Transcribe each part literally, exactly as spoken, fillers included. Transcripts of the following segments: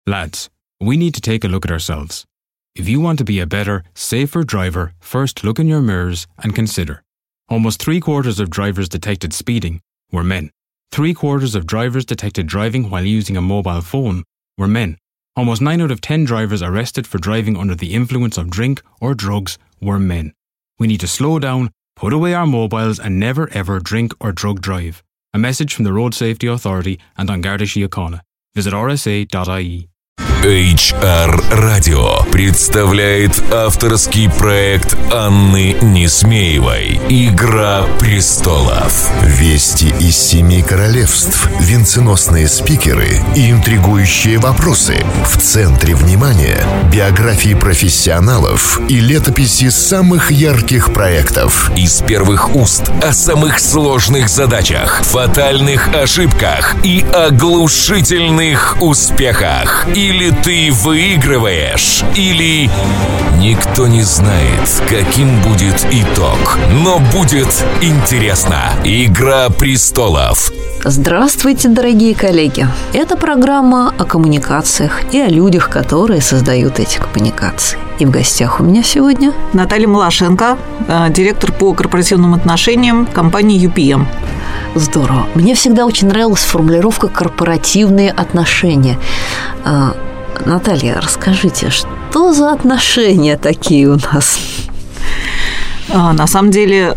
Lads, we need to take a look at ourselves. If you want to be a better, safer driver, first look in your mirrors and consider. Almost three quarters of drivers detected speeding were men. Three quarters of drivers detected driving while using a mobile phone were men. Almost nine out of ten drivers arrested for driving under the influence of drink or drugs were men. We need to slow down, put away our mobiles and never ever drink or drug drive. A message from the Road Safety Authority and An Garda Síochána. Visit r s a dot i e. эйч ар Radio представляет авторский проект Анны Несмеевой «Игра престолов». Вести из семи королевств, венценосные спикеры и интригующие вопросы. В центре внимания биографии профессионалов и летописи самых ярких проектов. Из первых уст о самых сложных задачах, фатальных ошибках и оглушительных успехах. Или ты выигрываешь, или никто не знает, каким будет итог. Но будет интересно. «Игра престолов». Здравствуйте, дорогие коллеги! Это программа о коммуникациях и о людях, которые создают эти коммуникации. И в гостях у меня сегодня Наталья Малашенко, директор по корпоративным отношениям компании ю пи эм. Здорово. Мне всегда очень нравилась формулировка «корпоративные отношения». Наталья, расскажите, что за отношения такие у нас? На самом деле,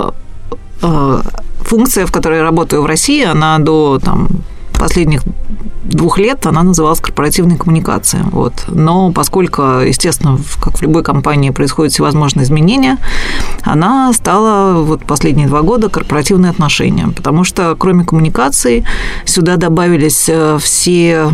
функция, в которой я работаю в России, она до там, последних двух лет она называлась корпоративной коммуникацией. Вот. Но поскольку, естественно, как в любой компании происходят всевозможные изменения, она стала вот последние два года корпоративные отношения, потому что кроме коммуникаций сюда добавились все,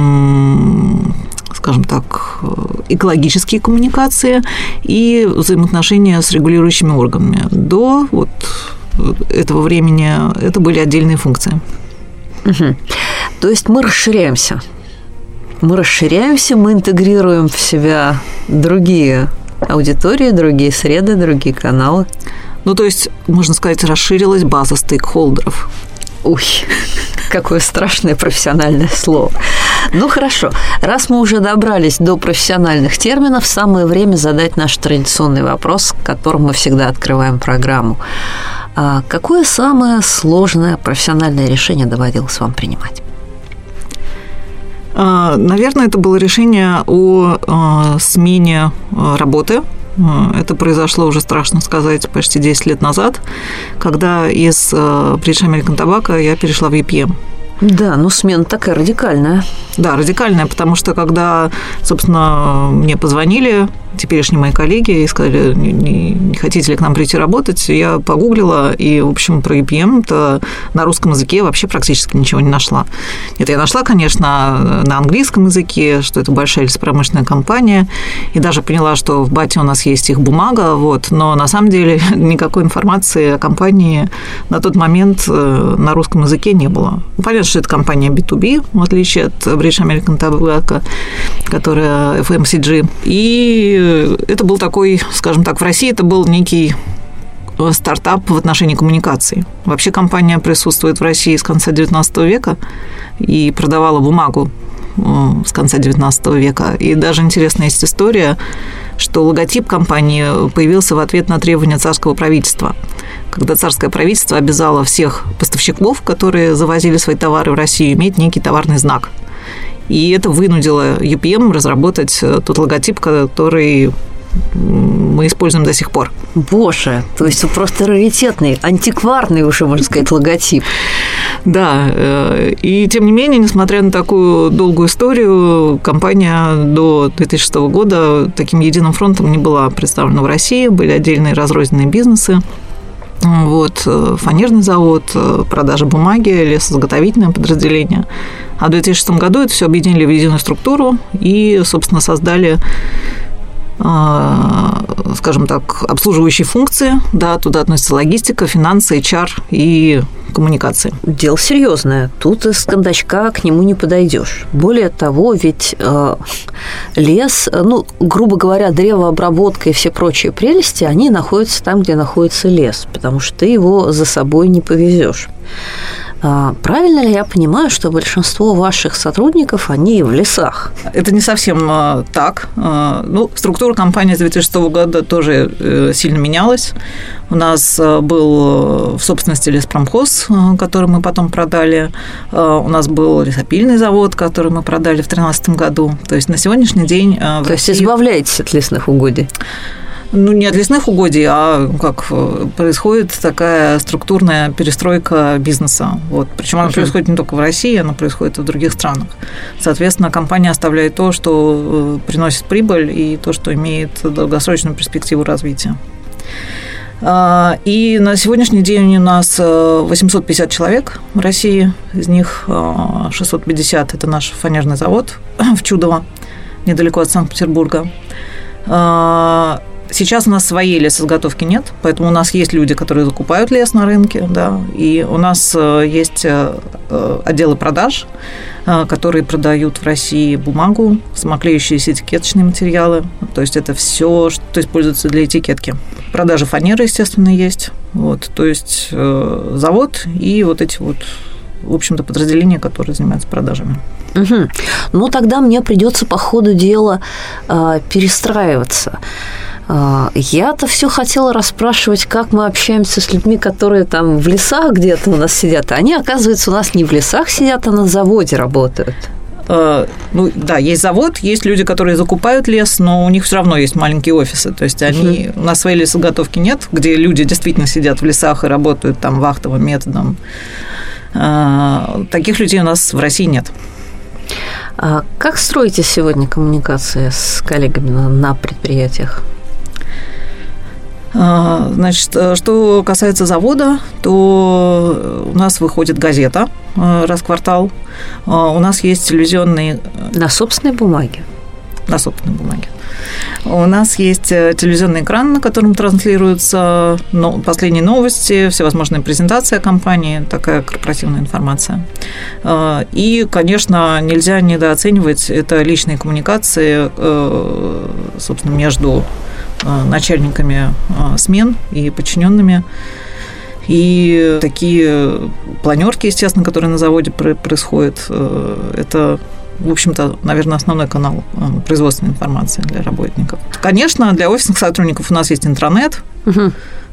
скажем так, экологические коммуникации и взаимоотношения с регулирующими органами. До вот этого времени это были отдельные функции. Угу. То есть мы расширяемся. Мы расширяемся, мы интегрируем в себя другие аудитории, другие среды, другие каналы. Ну, то есть, можно сказать, расширилась база стейкхолдеров. Ой, какое страшное профессиональное слово. Ну, хорошо. Раз мы уже добрались до профессиональных терминов, самое время задать наш традиционный вопрос, которым мы всегда открываем программу. А какое самое сложное профессиональное решение доводилось вам принимать? Наверное, это было решение о смене работы. Это произошло уже, страшно сказать, почти десять лет назад, когда из British American Tobacco я перешла в ю пи эм. Да, ну смена такая радикальная. Да, радикальная, потому что когда, собственно, мне позвонили теперешние мои коллеги и сказали, не, не, не хотите ли к нам прийти работать, я погуглила, и, в общем, про ю пи эм-то на русском языке вообще практически ничего не нашла. Нет, я нашла, конечно, на английском языке, что это большая лесопромышленная компания, и даже поняла, что в бате у нас есть их бумага, вот, но на самом деле никакой информации о компании на тот момент на русском языке не было. Понятно, что это компания би ту би, в отличие от British American Tobacco, которая эф эм си джи. И это был такой, скажем так, в России это был некий стартап в отношении коммуникаций. Вообще компания присутствует в России с конца девятнадцатого века и продавала бумагу с конца девятнадцатого века. И даже интересная есть история, что логотип компании появился в ответ на требования царского правительства. Когда царское правительство обязало всех поставщиков, которые завозили свои товары в Россию, иметь некий товарный знак. И это вынудило ю пи эм разработать тот логотип, который мы используем до сих пор. Боже, то есть просто раритетный, антикварный уже, можно сказать, логотип. Да, и тем не менее, несмотря на такую долгую историю, компания до две тысячи шестого года таким единым фронтом не была представлена в России, были отдельные разрозненные бизнесы. Вот, фанерный завод, продажа бумаги, лесозаготовительное подразделение. А в две тысячи шестом году это все объединили в единую структуру и, собственно, создали, скажем так, обслуживающие функции. Да, туда относятся логистика, финансы, эйч ар и коммуникации. Дело серьезное. Тут из кондачка к нему не подойдешь. Более того, ведь э, лес, ну, грубо говоря, древообработка и все прочие прелести, они находятся там, где находится лес, потому что ты его за собой не повезешь. Правильно ли я понимаю, что большинство ваших сотрудников, они в лесах? Это не совсем так. Ну, структура компании с две тысячи шестого года тоже сильно менялась. У нас был в собственности леспромхоз, который мы потом продали. У нас был лесопильный завод, который мы продали в две тысячи тринадцатом году. То есть на сегодняшний день... То есть России... избавляетесь от лесных угодий? Ну, не от лесных угодий, а как происходит такая структурная перестройка бизнеса. Вот. Причем она происходит не только в России, она происходит и в других странах. Соответственно, компания оставляет то, что приносит прибыль, и то, что имеет долгосрочную перспективу развития. И на сегодняшний день у нас восемьсот пятьдесят человек в России, из них шестьсот пятьдесят – это наш фанерный завод в Чудово, недалеко от Санкт-Петербурга. Сейчас у нас своей лесозаготовки нет, поэтому у нас есть люди, которые закупают лес на рынке, да, и у нас есть отделы продаж, которые продают в России бумагу, самоклеющиеся этикеточные материалы, то есть это все, что используется для этикетки. Продажи фанеры, естественно, есть, вот, то есть завод и вот эти вот, в общем-то, подразделения, которые занимаются продажами. Угу. Ну, тогда мне придется по ходу дела э, перестраиваться. Я-то все хотела расспрашивать, как мы общаемся с людьми, которые там в лесах где-то у нас сидят. А они, оказывается, у нас не в лесах сидят, а на заводе работают. Ну, да, есть завод, есть люди, которые закупают лес, но у них все равно есть маленькие офисы. То есть они, uh-huh. у нас своей лесозаготовки нет, где люди действительно сидят в лесах и работают там вахтовым методом. Таких людей у нас в России нет. А как строите сегодня коммуникации с коллегами на, на предприятиях? Значит, что касается завода, то у нас выходит газета раз в квартал. У нас есть телевизионные... На собственной бумаге? На собственной бумаге. У нас есть телевизионный экран, на котором транслируются последние новости, всевозможные презентации о компании, такая корпоративная информация. И, конечно, нельзя недооценивать это личные коммуникации, собственно, между начальниками смен и подчиненными. И такие планерки, естественно, которые на заводе происходят, это, в общем-то, наверное, основной канал производственной информации для работников. Конечно, для офисных сотрудников у нас есть интранет, угу.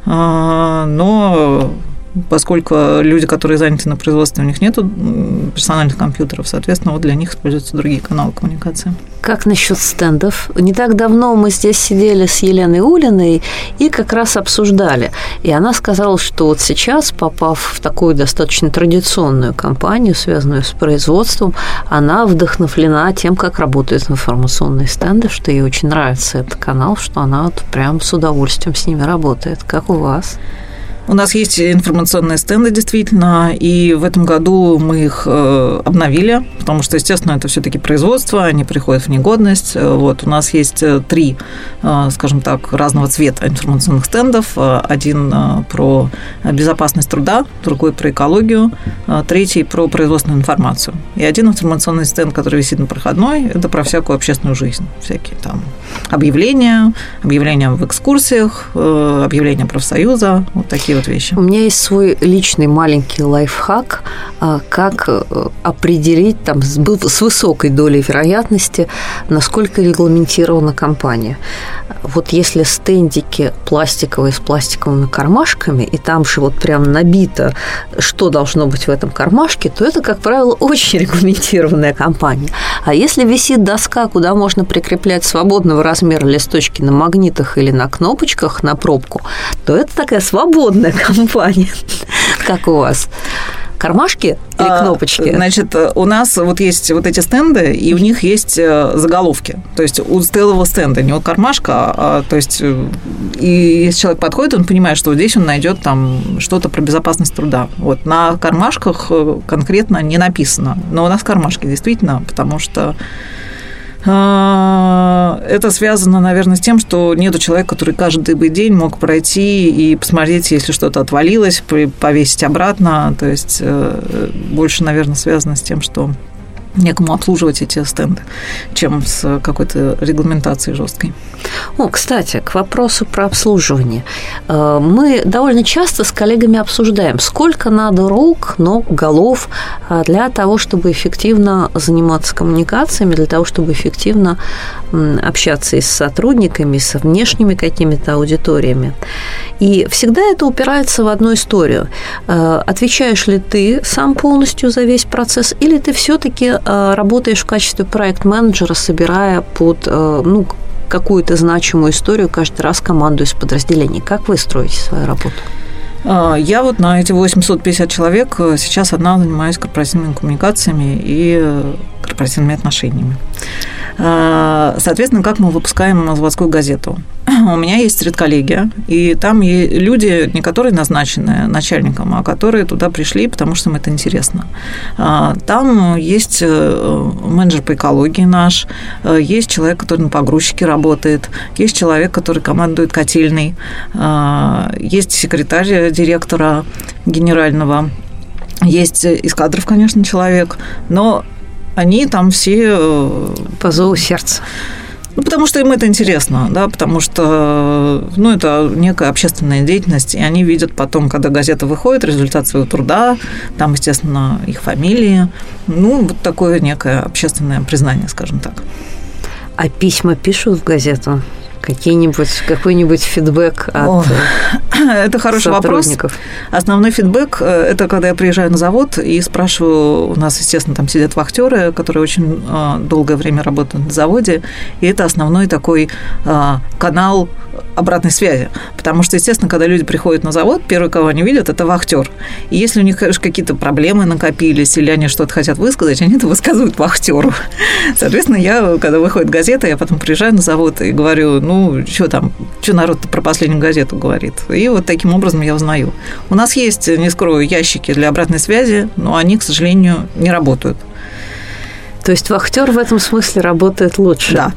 но поскольку люди, которые заняты на производстве, у них нет персональных компьютеров, соответственно, вот для них используются другие каналы коммуникации. Как насчет стендов? Не так давно мы здесь сидели с Еленой Улиной и как раз обсуждали. И она сказала, что вот сейчас, попав в такую достаточно традиционную компанию, связанную с производством, она вдохновлена тем, как работают информационные стенды, что ей очень нравится этот канал, что она вот прям с удовольствием с ними работает. Как у вас? У нас есть информационные стенды, действительно, и в этом году мы их обновили, потому что, естественно, это все-таки производство, они приходят в негодность. Вот, у нас есть три, скажем так, разного цвета информационных стендов. Один про безопасность труда, другой про экологию, третий про производственную информацию. И один информационный стенд, который висит на проходной, это про всякую общественную жизнь, всякие там объявления, объявления в экскурсиях, объявления профсоюза, вот такие вот вещи. У меня есть свой личный маленький лайфхак, как определить там с высокой долей вероятности, насколько регламентирована компания. Вот если стендики пластиковые с пластиковыми кармашками, и там же вот прям набито, что должно быть в этом кармашке, то это, как правило, очень регламентированная компания. А если висит доска, куда можно прикреплять свободного размера листочки на магнитах или на кнопочках на пробку, то это такая свободная компания. Как у вас? Кармашки или кнопочки? Значит, у нас вот есть вот эти стенды, и у них есть заголовки. То есть у стелового стенда не у кармашка, а, то есть и если человек подходит, он понимает, что вот здесь он найдет там что-то про безопасность труда. Вот на кармашках конкретно не написано, но у нас кармашки действительно, потому что это связано, наверное, с тем, что нету человека, который каждый бы день мог пройти и посмотреть, если что-то отвалилось, повесить обратно. То есть больше, наверное, связано с тем, что некому обслуживать эти стенды, чем с какой-то регламентацией жесткой. О, кстати, к вопросу про обслуживание. Мы довольно часто с коллегами обсуждаем, сколько надо рук, ног, голов для того, чтобы эффективно заниматься коммуникациями, для того, чтобы эффективно общаться и с сотрудниками, и со внешними какими-то аудиториями. И всегда это упирается в одну историю. Отвечаешь ли ты сам полностью за весь процесс, или ты все-таки работаешь в качестве проект-менеджера, собирая под, ну, какую-то значимую историю каждый раз команду из подразделений? Как вы строите свою работу? Я вот на эти восемьсот пятьдесят человек сейчас одна занимаюсь корпоративными коммуникациями и корпоративными отношениями. Соответственно, как мы выпускаем заводскую газету? У меня есть редколлегия, и там люди, не которые назначены начальником, а которые туда пришли, потому что им это интересно. Там есть менеджер по экологии наш, есть человек, который на погрузчике работает, есть человек, который командует котельной, есть секретарь директора генерального, есть из кадров, конечно, человек, но они там все... По зову сердца. Ну, потому что им это интересно, да, потому что, ну, это некая общественная деятельность, и они видят потом, когда газета выходит, результат своего труда, там, естественно, их фамилии, ну, вот такое некое общественное признание, скажем так. А письма пишут в газету? Какие-нибудь, какой-нибудь фидбэк от О, это хороший вопрос. Основной фидбэк – это когда я приезжаю на завод и спрашиваю, у нас, естественно, там сидят вахтеры, которые очень долгое время работают на заводе, и это основной такой канал обратной связи. Потому что, естественно, когда люди приходят на завод, первый, кого они видят, это вахтер. И если у них, конечно, какие-то проблемы накопились, или они что-то хотят высказать, они это высказывают вахтеру. Соответственно, я, когда выходит газета, я потом приезжаю на завод и говорю, ну, что там, что народ про последнюю газету говорит. И вот таким образом я узнаю. У нас есть, не скрою, ящики для обратной связи, но они, к сожалению, не работают. То есть вахтер в этом смысле работает лучше? Да.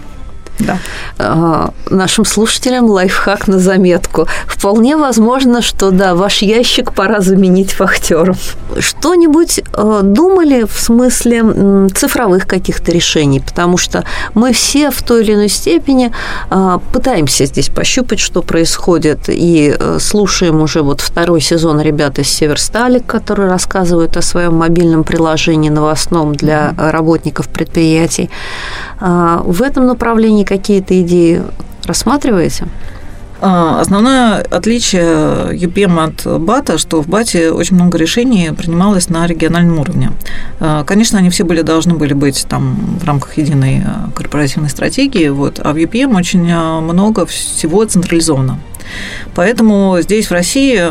Да. Нашим слушателям лайфхак на заметку. Вполне возможно, что да, ваш ящик пора заменить вахтером. Что-нибудь думали в смысле цифровых каких-то решений? Потому что мы все в той или иной степени пытаемся здесь пощупать, что происходит, и слушаем уже вот второй сезон ребят из Северстали, которые рассказывают о своем мобильном приложении новостном для работников предприятий. В этом направлении какие-то идеи рассматриваете? Основное отличие ю пи эм от БАТа, что в БАТе очень много решений принималось на региональном уровне. Конечно, они все были, должны были быть там в рамках единой корпоративной стратегии, вот, а в ю пи эм очень много всего централизовано. Поэтому здесь, в России,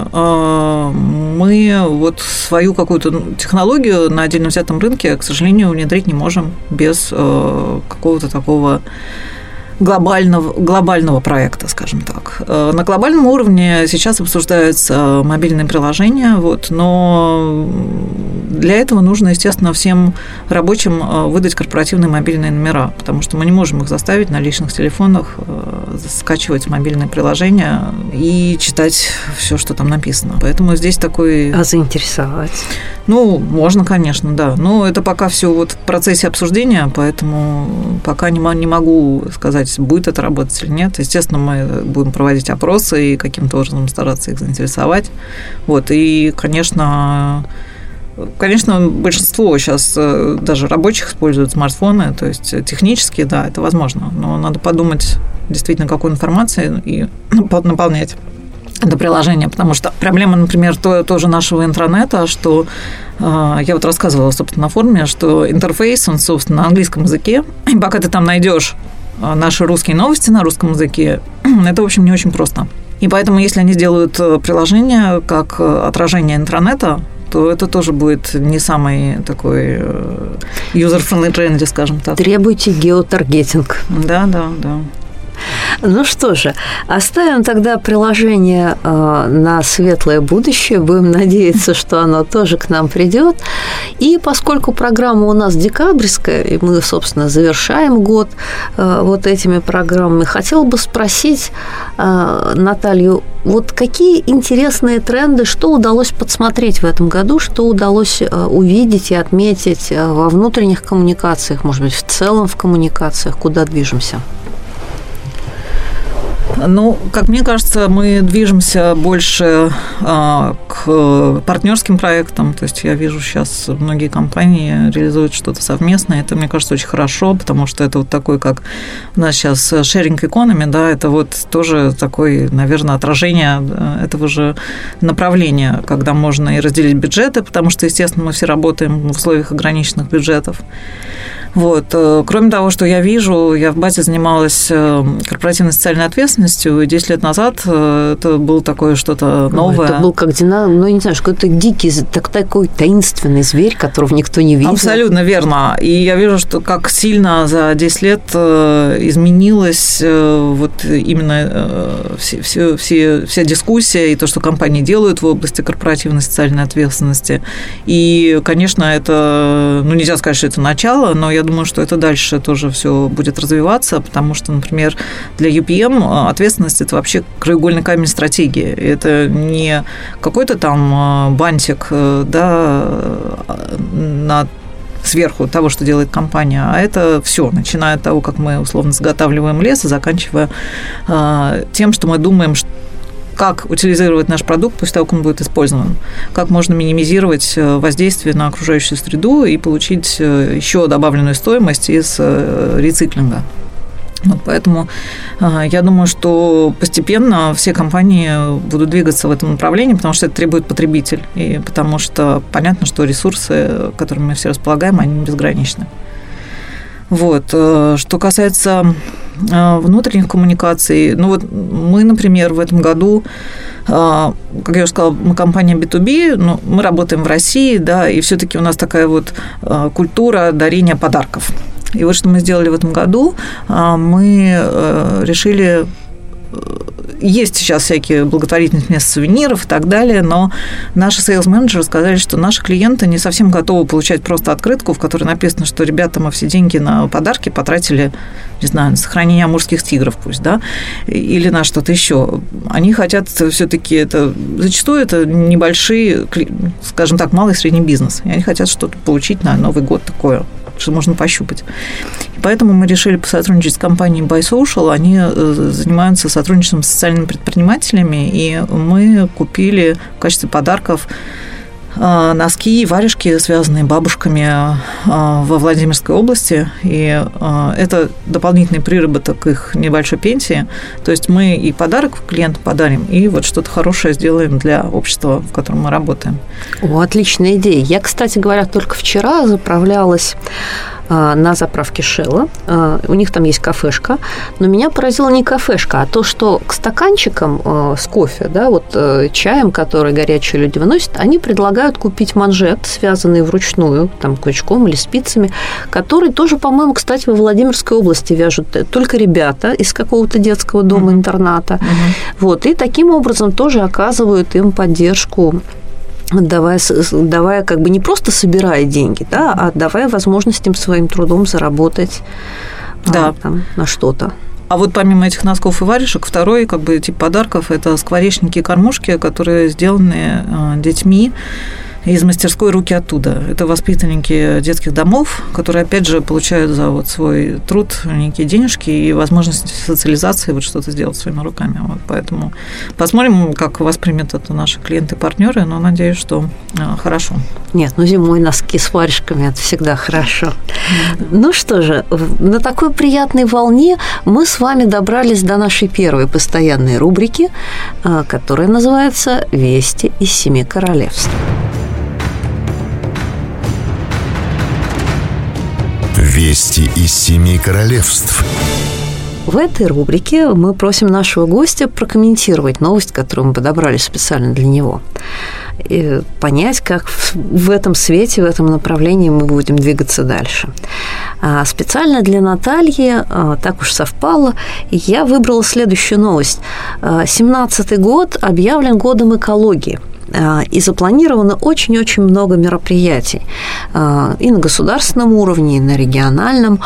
мы вот свою какую-то технологию на отдельно взятом рынке, к сожалению, внедрить не можем без какого-то такого глобального, глобального проекта, скажем так. На глобальном уровне сейчас обсуждаются мобильные приложения, вот, но для этого нужно, естественно, всем рабочим выдать корпоративные мобильные номера, потому что мы не можем их заставить на личных телефонах скачивать мобильные приложения и читать все, что там написано. Поэтому здесь такой... А заинтересовать? Ну, можно, конечно, да. Но это пока все вот в процессе обсуждения, поэтому пока не могу сказать, будет это работать или нет. Естественно, мы будем проводить опросы и каким-то образом стараться их заинтересовать. Вот. И, конечно, конечно, большинство сейчас даже рабочих используют смартфоны, то есть технически, да, это возможно, но надо подумать действительно, какую информацию и наполнять это приложение, потому что проблема, например, то, тоже нашего интранета, что э, я вот рассказывала, собственно, на форуме, что интерфейс, он, собственно, на английском языке, и пока ты там найдешь наши русские новости на русском языке, это, в общем, не очень просто. И поэтому, если они сделают приложение как отражение интранета, то это тоже будет не самый такой user-friendly, скажем так. Требуйте геотаргетинг. Да, да, да. Ну что же, оставим тогда приложение на светлое будущее, будем надеяться, что оно тоже к нам придет. И поскольку программа у нас декабрьская, и мы, собственно, завершаем год вот этими программами, хотела бы спросить Наталью, вот какие интересные тренды, что удалось подсмотреть в этом году, что удалось увидеть и отметить во внутренних коммуникациях, может быть, в целом в коммуникациях, куда движемся? Ну, как мне кажется, мы движемся больше а, к партнерским проектам. То есть я вижу сейчас многие компании реализуют что-то совместное. Это, мне кажется, очень хорошо, потому что это вот такой, как у нас сейчас sharing economy, да, это вот тоже такое, наверное, отражение этого же направления, когда можно и разделить бюджеты, потому что, естественно, мы все работаем в условиях ограниченных бюджетов. Вот. Кроме того, что я вижу, я в базе занималась корпоративной социальной ответственностью, и десять лет назад это было такое что-то новое. Это был как динамик, ну, не знаю, какой-то дикий, так, такой таинственный зверь, которого никто не видел. Абсолютно верно. И я вижу, что как сильно за десять лет изменилась вот именно все, все, все, вся дискуссия и то, что компании делают в области корпоративной социальной ответственности. И, конечно, это, ну, нельзя сказать, что это начало, но я думаю, что это дальше тоже все будет развиваться, потому что, например, для ю пи эм ответственность – это вообще краеугольный камень стратегии. Это не какой-то там бантик, да, на сверху того, что делает компания, а это все, начиная от того, как мы условно заготавливаем лес, и заканчивая тем, что мы думаем, что как утилизировать наш продукт после того, как он будет использован, как можно минимизировать воздействие на окружающую среду и получить еще добавленную стоимость из рециклинга. Вот поэтому я думаю, что постепенно все компании будут двигаться в этом направлении, потому что это требует потребитель, и потому что понятно, что ресурсы, которыми мы все располагаем, они безграничны. Вот. Что касается внутренних коммуникаций, ну вот мы, например, в этом году, как я уже сказала, мы компания би ту би, но мы работаем в России, да, и все-таки у нас такая вот культура дарения подарков. И вот что мы сделали в этом году, мы решили... Есть сейчас всякие благотворительность вместо сувениров и так далее, но наши сейлс-менеджеры сказали, что наши клиенты не совсем готовы получать просто открытку, в которой написано, что, ребята, мы все деньги на подарки потратили, не знаю, на сохранение амурских тигров пусть, да, или на что-то еще. Они хотят все-таки это... Зачастую это небольшие, скажем так, малый и средний бизнес, и они хотят что-то получить на Новый год такое, что можно пощупать. И поэтому мы решили посотрудничать с компанией BuySocial. Они занимаются сотрудничеством с социальными предпринимателями, и мы купили в качестве подарков носки и варежки, связанные бабушками во Владимирской области, и это дополнительный приработок их небольшой пенсии. То есть мы и подарок клиенту подарим, и вот что-то хорошее сделаем для общества, в котором мы работаем. О, отличная идея. Я, кстати говоря, только вчера заправлялась на заправке Шелла. У них там есть кафешка, но меня поразила не кафешка, а то, что к стаканчикам с кофе, да, вот чаем, который горячие люди выносят, они предлагают купить манжет, связанный вручную, там, крючком или спицами, который тоже, по-моему, кстати, во Владимирской области вяжут только ребята из какого-то детского дома-интерната. Mm-hmm. Вот, и таким образом тоже оказывают им поддержку, давая, давая как бы не просто собирая деньги, да, а давая возможность им своим трудом заработать, да, а, там, на что-то. А вот помимо этих носков и варежек, второй как бы тип подарков – это скворечники и кормушки, которые сделаны детьми из мастерской «Руки оттуда». Это воспитанники детских домов, которые, опять же, получают за вот свой труд некие денежки и возможность социализации, вот что-то сделать своими руками. Вот поэтому посмотрим, как воспримут это наши клиенты-партнеры, но надеюсь, что хорошо. Нет, ну зимой носки с варежками – это всегда хорошо. Mm-hmm. Ну что же, на такой приятной волне мы с вами добрались до нашей первой постоянной рубрики, которая называется «Вести из семи королевств». Вести из семи королевств. В этой рубрике мы просим нашего гостя прокомментировать новость, которую мы подобрали специально для него, и понять, как в этом свете, в этом направлении мы будем двигаться дальше. А специально для Натальи, так уж совпало, я выбрала следующую новость. семнадцатый год объявлен годом экологии. И запланировано очень-очень много мероприятий и на государственном уровне, и на региональном.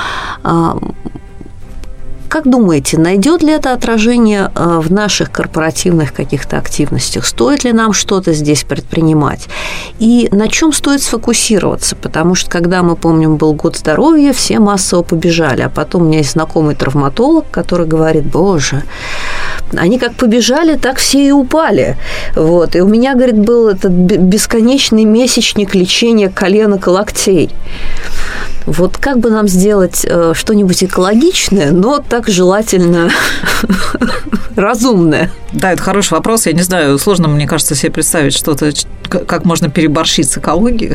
Как думаете, найдет ли это отражение в наших корпоративных каких-то активностях? Стоит ли нам что-то здесь предпринимать? И на чем стоит сфокусироваться? Потому что, когда, мы помним, был год здоровья, все массово побежали. А потом у меня есть знакомый травматолог, который говорит: боже, они как побежали, так все и упали. Вот. И у меня, говорит, был этот бесконечный месячник лечения коленок и локтей. Вот как бы нам сделать что-нибудь экологичное, но так желательно разумное? Да, это хороший вопрос. Я не знаю, сложно, мне кажется, себе представить что-то, как можно переборщить с экологией.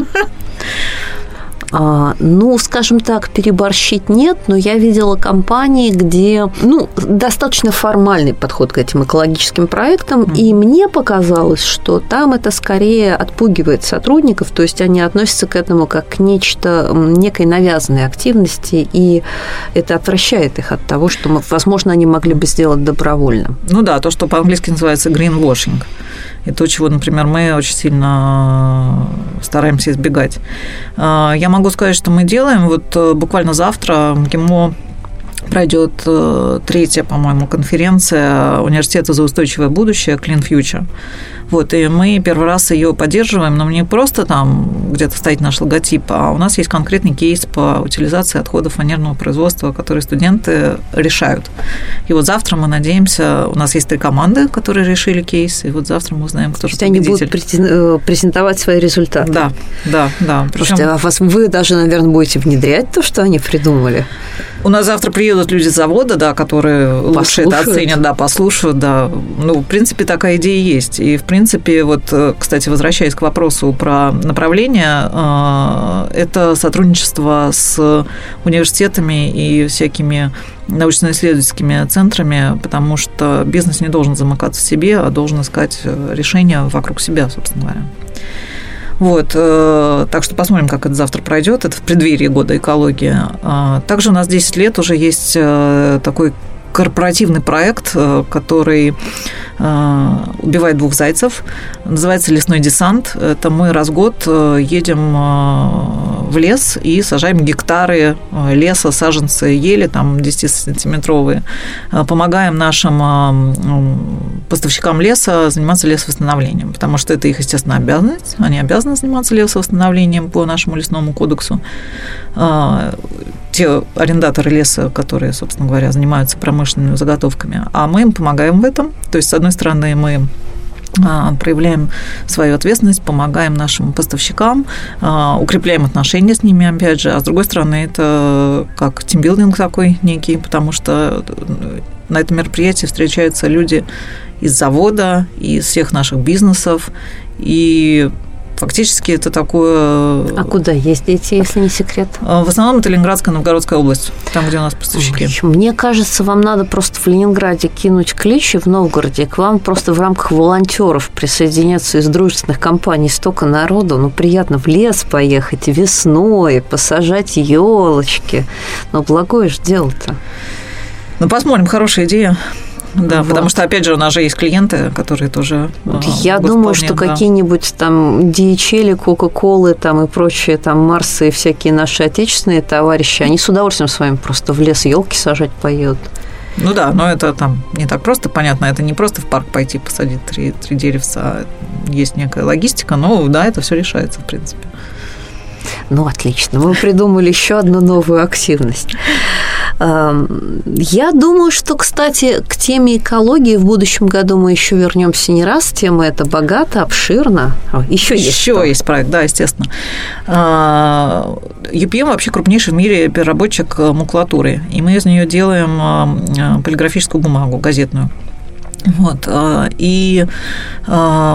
Ну, скажем так, переборщить нет, но я видела компании, где, ну, достаточно формальный подход к этим экологическим проектам, mm. и мне показалось, что там это скорее отпугивает сотрудников, то есть они относятся к этому как к нечто, некой навязанной активности, и это отвращает их от того, что, возможно, они могли бы сделать добровольно. Ну да, то, что по-английски называется greenwashing. И то, чего, например, мы очень сильно стараемся избегать. Я могу сказать, что мы делаем. Вот буквально завтра в ГИМО пройдет третья, по-моему, конференция Университета за устойчивое будущее Clean Future. Вот, и мы первый раз ее поддерживаем, но не просто там где-то стоит наш логотип, а у нас есть конкретный кейс по утилизации отходов фанерного производства, который студенты решают. И вот завтра мы надеемся, у нас есть три команды, которые решили кейс, и вот завтра мы узнаем, кто же победитель. Они будут презентовать свои результаты. Да, да, да. Причем... Слушайте, а вас, вы даже, наверное, будете внедрять то, что они придумали? У нас завтра приедут люди с завода, да, которые лучше это оценят, да, послушают, да. Ну, в принципе, такая идея есть. И, в принципе, вот, кстати, возвращаясь к вопросу про направление, это сотрудничество с университетами и всякими научно-исследовательскими центрами, потому что бизнес не должен замыкаться в себе, а должен искать решения вокруг себя, собственно говоря. Вот, так что посмотрим, как это завтра пройдет. Это в преддверии года экологии. Также у нас десять лет уже есть такой корпоративный проект, который убивает двух зайцев. Называется «Лесной десант». Это мы раз в год едем в лес и сажаем гектары леса, саженцы ели, там десятисантиметровые. Помогаем нашим поставщикам леса заниматься лесовосстановлением, потому что это их, естественно, обязанность. Они обязаны заниматься лесовосстановлением по нашему лесному кодексу. Те арендаторы леса, которые, собственно говоря, занимаются промышленными заготовками, а мы им помогаем в этом. То есть, с одной стороны, мы проявляем свою ответственность, помогаем нашим поставщикам, укрепляем отношения с ними, опять же, а с другой стороны, это как тимбилдинг такой некий, потому что на этом мероприятии встречаются люди из завода, из всех наших бизнесов, и фактически это такое... А куда ездите, если не секрет? В основном это Ленинградская, Новгородская область, там, где у нас поставщики. Мне кажется, вам надо просто в Ленинграде кинуть клич, и в Новгороде к вам просто в рамках волонтеров присоединяться из дружественных компаний столько народу. Ну, приятно в лес поехать весной, посажать елочки. Но благое же дело-то. Ну, посмотрим, хорошая идея. Да, вот. Потому что, опять же, у нас же есть клиенты, которые тоже... Вот я думаю, вполне, что да. какие-нибудь там ди эйч эл, Кока-Колы там и прочие там Марсы и всякие наши отечественные товарищи, они с удовольствием с вами просто в лес елки сажать поедут. Ну да, но это там не так просто, понятно, это не просто в парк пойти посадить три, три деревца, есть некая логистика, но да, это все решается, в принципе. Ну, отлично. Мы придумали еще одну новую активность. Я думаю, что, кстати, к теме экологии в будущем году мы еще вернемся не раз. Тема эта богата, обширна. Еще есть. Еще есть проект, да, естественно. ю пи эм вообще крупнейший в мире переработчик макулатуры, и мы из нее делаем полиграфическую бумагу газетную. Вот. И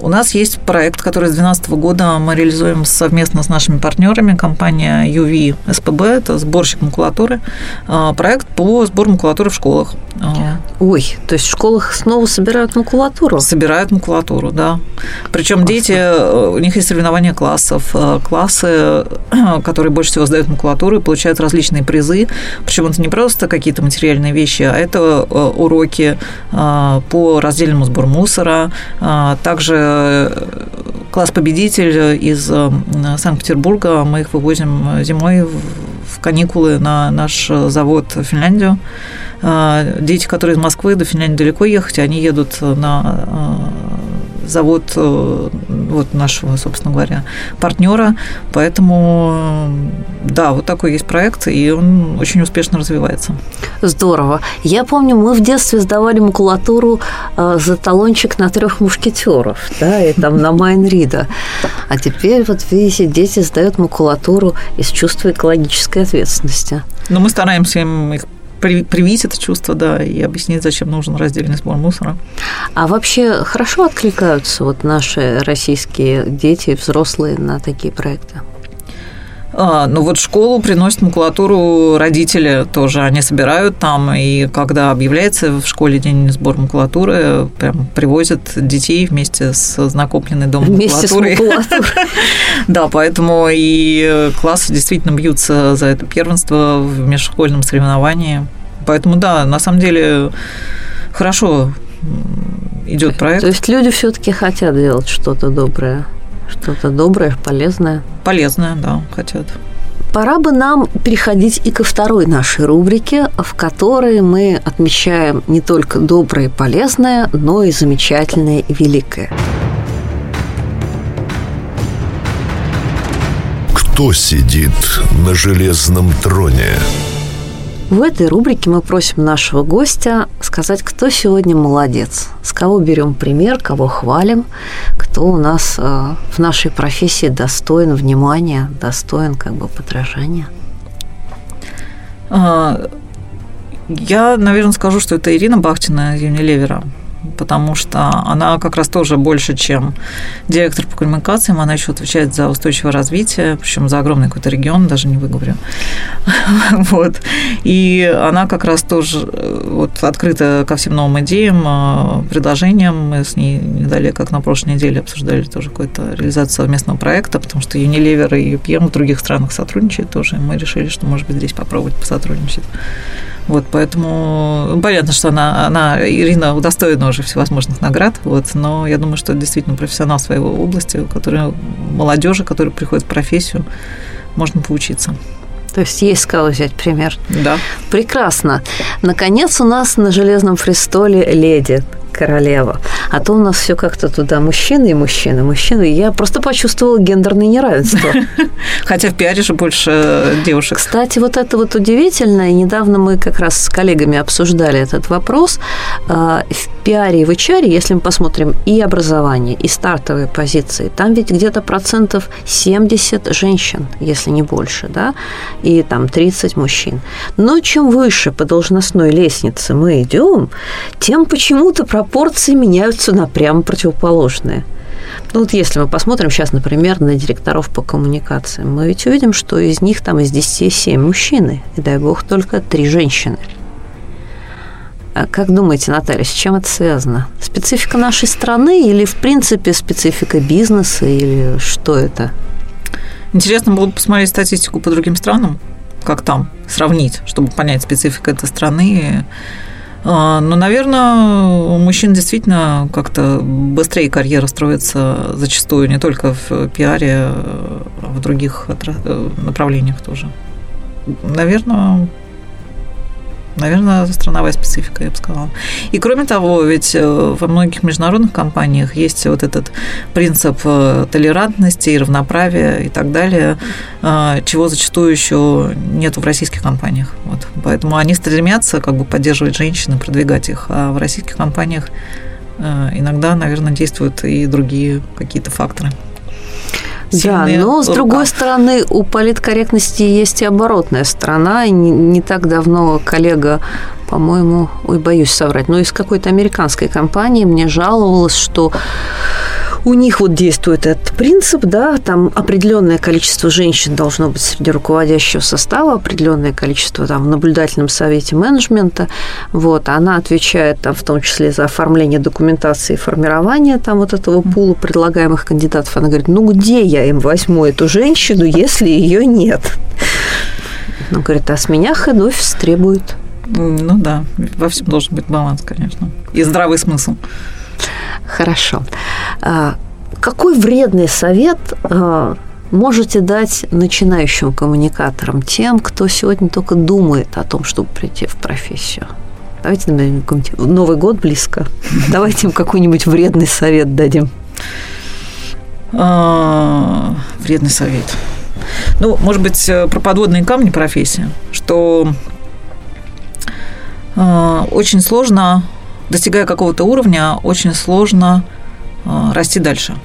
У нас есть проект, который с две тысячи двенадцатого года мы реализуем совместно с нашими партнерами. Компания ю ви эс пэ бэ, это сборщик макулатуры. Проект по сбору макулатуры в школах. Ой, то есть в школах снова собирают макулатуру? Собирают макулатуру, да. Причем дети, у них есть соревнования классов. Классы, которые больше всего сдают макулатуру, получают различные призы. Причем это не просто какие-то материальные вещи, а это уроки по раздельному сбору мусора. Также класс-победитель из Санкт-Петербурга, мы их вывозим зимой в каникулы на наш завод в Финляндию. Дети, которые из Москвы, до Финляндии далеко ехать, они едут на завод вот нашего, собственно говоря, партнера. Поэтому, да, вот такой есть проект, и он очень успешно развивается. Здорово. Я помню, мы в детстве сдавали макулатуру за талончик на трех мушкетеров, да, и там на Майн-Рида. А теперь, вот видите, дети сдают макулатуру из чувства экологической ответственности. Но мы стараемся им их привить это чувство, да, и объяснить, зачем нужен раздельный сбор мусора. А вообще хорошо откликаются вот наши российские дети и взрослые на такие проекты? А, ну вот в школу приносят макулатуру родители тоже, они собирают там, и когда объявляется в школе день сбора макулатуры, прям привозят детей вместе с накопленной дома макулатурой. Вместе с макулатурой. Да, поэтому и классы действительно бьются за это первенство в межшкольном соревновании. Поэтому, да, на самом деле хорошо идет проект. То есть люди все-таки хотят делать что-то доброе. Что-то доброе, полезное. Полезное, да, хотят. Пора бы нам переходить и ко второй нашей рубрике, в которой мы отмечаем не только доброе и полезное, но и замечательное и великое. Кто сидит на железном троне? В этой рубрике мы просим нашего гостя сказать, кто сегодня молодец, с кого берем пример, кого хвалим, кто у нас в нашей профессии достоин внимания, достоин как бы подражания. Я, наверное, скажу, что это Ирина Бахтина из Unilever, потому что она как раз тоже больше, чем директор по коммуникациям, она еще отвечает за устойчивое развитие, причем за огромный какой-то регион, даже не выговорю. Вот. И она как раз тоже вот, открыта ко всем новым идеям, предложениям. Мы с ней не далее, как на прошлой неделе, обсуждали тоже какую-то реализацию совместного проекта, потому что Unilever и ю пи эм в других странах сотрудничают тоже, и мы решили, что, может быть, здесь попробовать посотрудничать. Вот, поэтому понятно, что она, она, Ирина удостоена уже всевозможных наград, вот, но я думаю, что это действительно профессионал своей области, у которой молодежи, которая приходит в профессию, можно поучиться. То есть есть с кого взять пример. Да. Прекрасно. Наконец у нас на железном престоле леди, королева. А то у нас все как-то туда мужчины и мужчины, мужчины. Я просто почувствовала гендерное неравенство. Хотя в пиаре же больше девушек. Кстати, вот это вот удивительно. И недавно мы как раз с коллегами обсуждали этот вопрос. В пиаре и в эйч ар, если мы посмотрим и образование, и стартовые позиции, там ведь где-то процентов семьдесят женщин, если не больше, да, и там тридцать мужчин. Но чем выше по должностной лестнице мы идем, тем почему-то пропорции меняются на прямо противоположные. Ну, вот если мы посмотрим сейчас, например, на директоров по коммуникациям, мы ведь увидим, что из них там из десяти семь мужчины, и, дай бог, только три женщины. А как думаете, Наталья, с чем это связано? Специфика нашей страны или, в принципе, специфика бизнеса, или что это? Интересно было бы посмотреть статистику по другим странам, как там сравнить, чтобы понять специфику этой страны. Но, наверное, у мужчин действительно как-то быстрее карьера строится зачастую, не только в пиаре, а в других направлениях тоже. Наверное, Наверное, страновая специфика, я бы сказала. И кроме того, ведь во многих международных компаниях есть вот этот принцип толерантности и равноправия и так далее, чего зачастую еще нету в российских компаниях. Вот. Поэтому они стремятся как бы поддерживать женщин и продвигать их, а в российских компаниях иногда, наверное, действуют и другие какие-то факторы. Да, но, с другой стороны, у политкорректности есть и оборотная сторона. Не, не так давно коллега, по-моему, ой, боюсь соврать, но из какой-то американской компании мне жаловалась, что у них вот действует этот принцип, да, там определенное количество женщин должно быть среди руководящего состава, определенное количество там в наблюдательном совете менеджмента, вот, она отвечает там в том числе за оформление документации и формирование там вот этого пула предлагаемых кандидатов. Она говорит, ну где я им возьму эту женщину, если ее нет? Ну, говорит, а с меня хед-офис требует. Ну да, во всем должен быть баланс, конечно, и здравый смысл. Хорошо. Какой вредный совет можете дать начинающим коммуникаторам, тем, кто сегодня только думает о том, чтобы прийти в профессию? Давайте, например, Новый год близко. Давайте им какой-нибудь вредный совет дадим. Вредный совет. Ну, может быть, про подводные камни профессии, что очень сложно, достигая какого-то уровня, очень сложно расти дальше.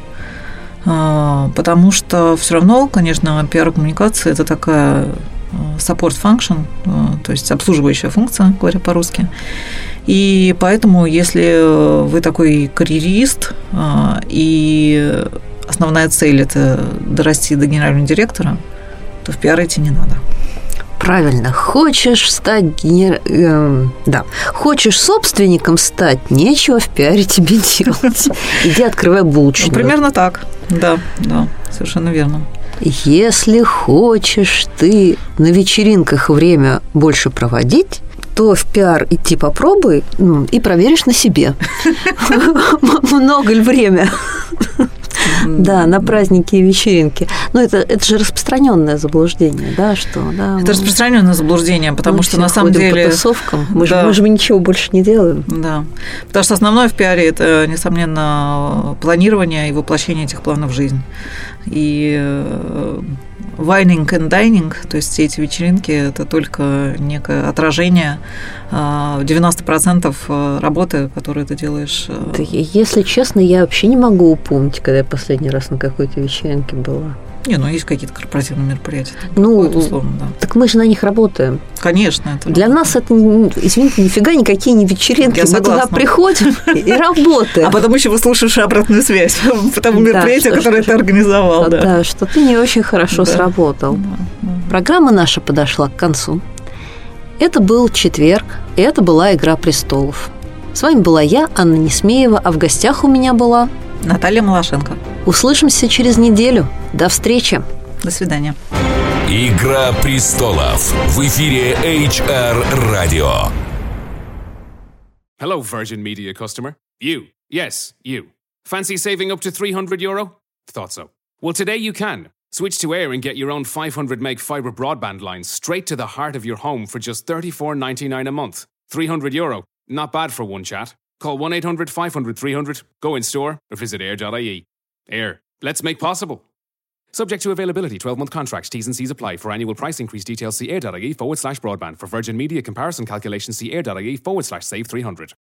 Потому что все равно, конечно, пиар-коммуникация – это такая support function, то есть обслуживающая функция, говоря по-русски. И поэтому, если вы такой карьерист, и основная цель – это дорасти до генерального директора, то в пиар идти не надо. Правильно. Хочешь стать генер... э, да. Хочешь собственником стать, нечего в пиаре тебе делать. Иди открывай булочную. Ну, примерно так. Да, да, совершенно верно. Если хочешь ты на вечеринках время больше проводить, то в пиар идти попробуй и проверишь на себе. Много ли время? Да, на праздники и вечеринки. Но это, это же распространенное заблуждение, да, что... Да, это распространенное заблуждение, потому что на самом деле... по тусовкам, мы, да. же, мы же ничего больше не делаем. Да, потому что основное в пиаре – это, несомненно, планирование и воплощение этих планов в жизнь. И waining and dining, то есть все эти вечеринки – это только некое отражение девяносто процентов работы, которую ты делаешь. Да, если честно, я вообще не могу упомнить, когда я последний раз на какой-то вечеринке была. Не, ну есть какие-то корпоративные мероприятия. Ну, условно, да. Так мы же на них работаем. Конечно. Это Для нас это, извините, нифига никакие не вечеринки. Я мы согласна. туда приходим и работаем. А потом еще выслушаешь обратную связь по тому мероприятию, которое ты организовал. Да, что ты не очень хорошо сработал. Программа наша подошла к концу. Это был четверг, и это была «Игра престолов». С вами была я, Анна Несмеева, а в гостях у меня была... Наталья Малашенко. Услышимся через неделю. До встречи. До свидания. «Игра престолов» в эфире эйч ар Radio. Hello, Virgin Media customer. You. Yes, you. Fancy saving up to three hundred euro? Thought so. Well, today you can. Switch to Air and get your own five hundred meg fibre broadband line straight to the heart of your home for just thirty-four ninety-nine a month. three hundred euro. Not bad for one chat. Call one eight hundred five hundred three hundred, go in store, or visit air dot I E. Air. Let's make possible. Subject to availability, twelve-month contracts, T's and C's apply. For annual price increase details, see air dot I E forward slash broadband. For Virgin Media comparison calculations, see air dot I E forward slash save three hundred.